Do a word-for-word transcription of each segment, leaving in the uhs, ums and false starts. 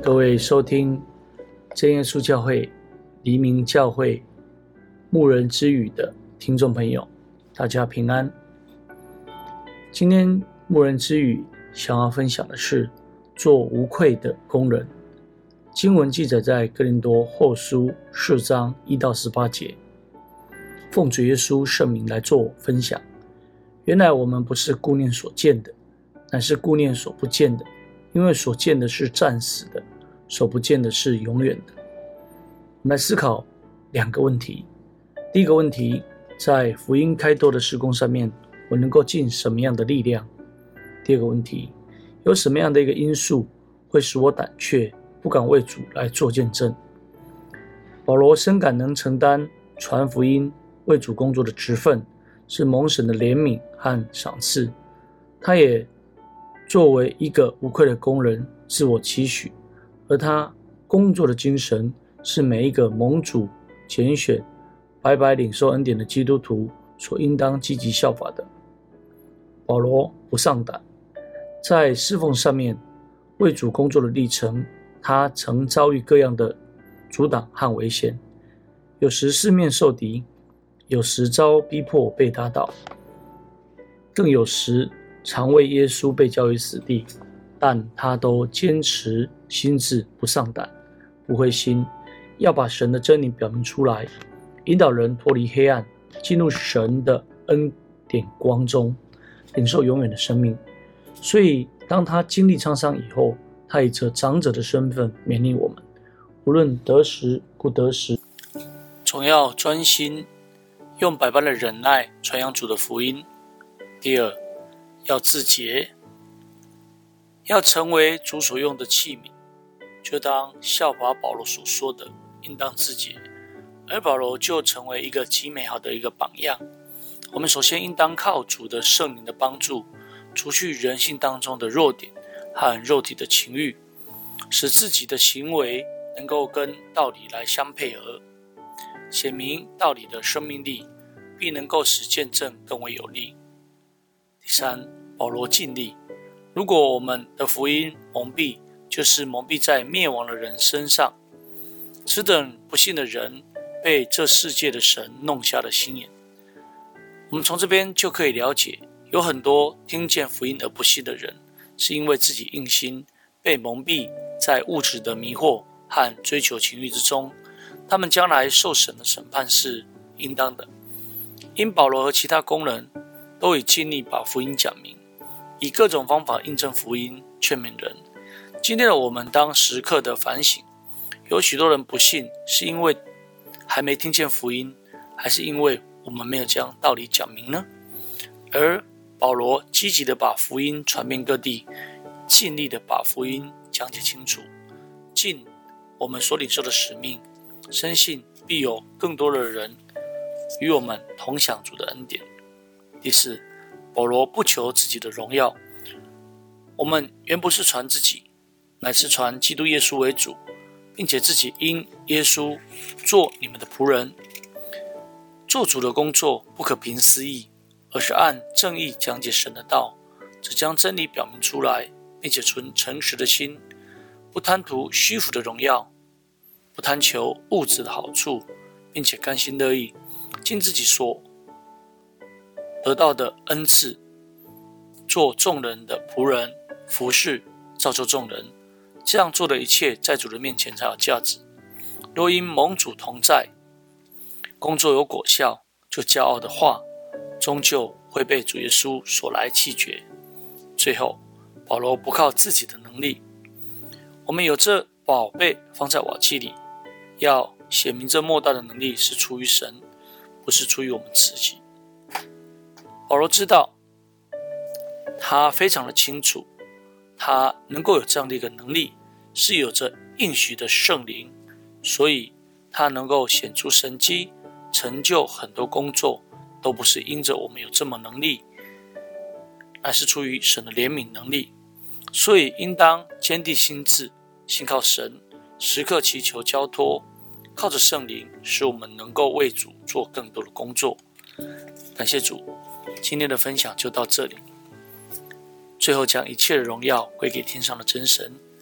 各位收听真耶稣教会黎明教会牧人之语的听众朋友，大家平安。今天牧人之语想要分享的是做无愧的工人。经文记载在哥林多后书四章一到十八节。奉主耶稣圣名来做分享。原来我们不是顾念所见的，乃是顾念所不见的，因为所见的是暂时的，所不见的是永远的。我们来思考两个问题。第一个问题，在福音开拓的事工上面，我能够尽什么样的力量？第二个问题，有什么样的一个因素会使我胆怯，不敢为主来做见证？保罗深感能承担传福音、为主工作的职分，是蒙神的怜悯和赏赐。他也作为一个无愧的工人，自我期许，而他工作的精神是每一个蒙主拣选、白白领受恩典的基督徒所应当积极效法的。保罗不丧胆，在侍奉上面为主工作的历程，他曾遭遇各样的阻挡和危险，有时四面受敌，有时遭逼迫被打倒，更有时常为耶稣被交于死地，但他都坚持心志，不丧胆，不灰心，要把神的真理表明出来，引导人脱离黑暗，进入神的恩典光中，领受永远的生命。所以当他经历沧桑以后，他以这长者的身份勉励我们，无论得时不得时，总要专心用百般的忍耐传扬主的福音。第二，要自洁，要成为主所用的器皿，就当效法保罗所说的，应当自洁。而保罗就成为一个极美好的一个榜样。我们首先应当靠主的圣灵的帮助，除去人性当中的弱点和肉体的情欲，使自己的行为能够跟道理来相配合，显明道理的生命力，并能够使见证更为有力。第三，保罗尽力。如果我们的福音蒙蔽，就是蒙蔽在灭亡的人身上。此等不信的人被这世界的神弄瞎了心眼。我们从这边就可以了解，有很多听见福音而不信的人，是因为自己硬心，被蒙蔽在物质的迷惑和追求情欲之中。他们将来受审的审判是应当的。因保罗和其他工人都已尽力把福音讲明，以各种方法印证福音，劝勉人。今天的我们当时刻的反省，有许多人不信，是因为还没听见福音，还是因为我们没有将道理讲明呢？而保罗积极的把福音传遍各地，尽力的把福音讲解清楚，尽我们所领受的使命，深信必有更多的人与我们同享主的恩典。第四，保罗不求自己的荣耀。我们原不是传自己，乃是传基督耶稣为主，并且自己因耶稣做你们的仆人。做主的工作不可凭私意，而是按正义讲解神的道，只将真理表明出来，并且存诚实的心，不贪图虚浮的荣耀，不贪求物质的好处，并且甘心乐意尽自己所得到的恩赐，做众人的仆人，服侍造就众人。这样做的一切在主的面前才有价值。若因蒙主同在，工作有果效，就骄傲的话，终究会被主耶稣所来弃绝。最后，保罗不靠自己的能力。我们有这宝贝放在瓦器里，要显明这莫大的能力是出于神，不是出于我们自己。保罗知道，他非常的清楚，他能够有这样的一个能力，是有着应许的圣灵，所以他能够显出神迹，成就很多工作，都不是因着我们有这么能力，乃是出于神的怜悯能力。所以应当坚定心志，信靠神，时刻祈求交托，靠着圣灵，使我们能够为主做更多的工作。感谢主，今天的分享就到这里。最后将一切的荣耀归给天上的真神，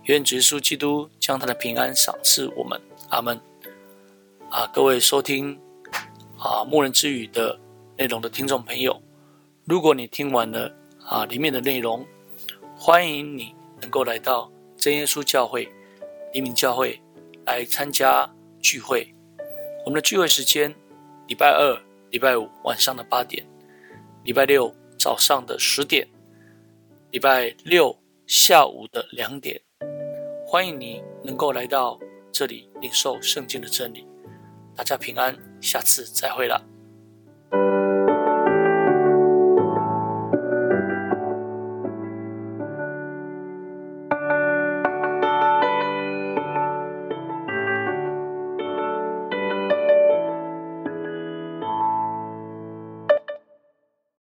愿主耶稣基督将他的平安赏赐我们。阿们。啊，各位收听啊牧人之语的内容的听众朋友，如果你听完了啊里面的内容，欢迎你能够来到真耶稣教会黎明教会来参加聚会。我们的聚会时间，礼拜二、礼拜五晚上的八点，礼拜六早上的十点，礼拜六下午的两点。欢迎你能够来到这里领受圣经的真理。大家平安，下次再会了。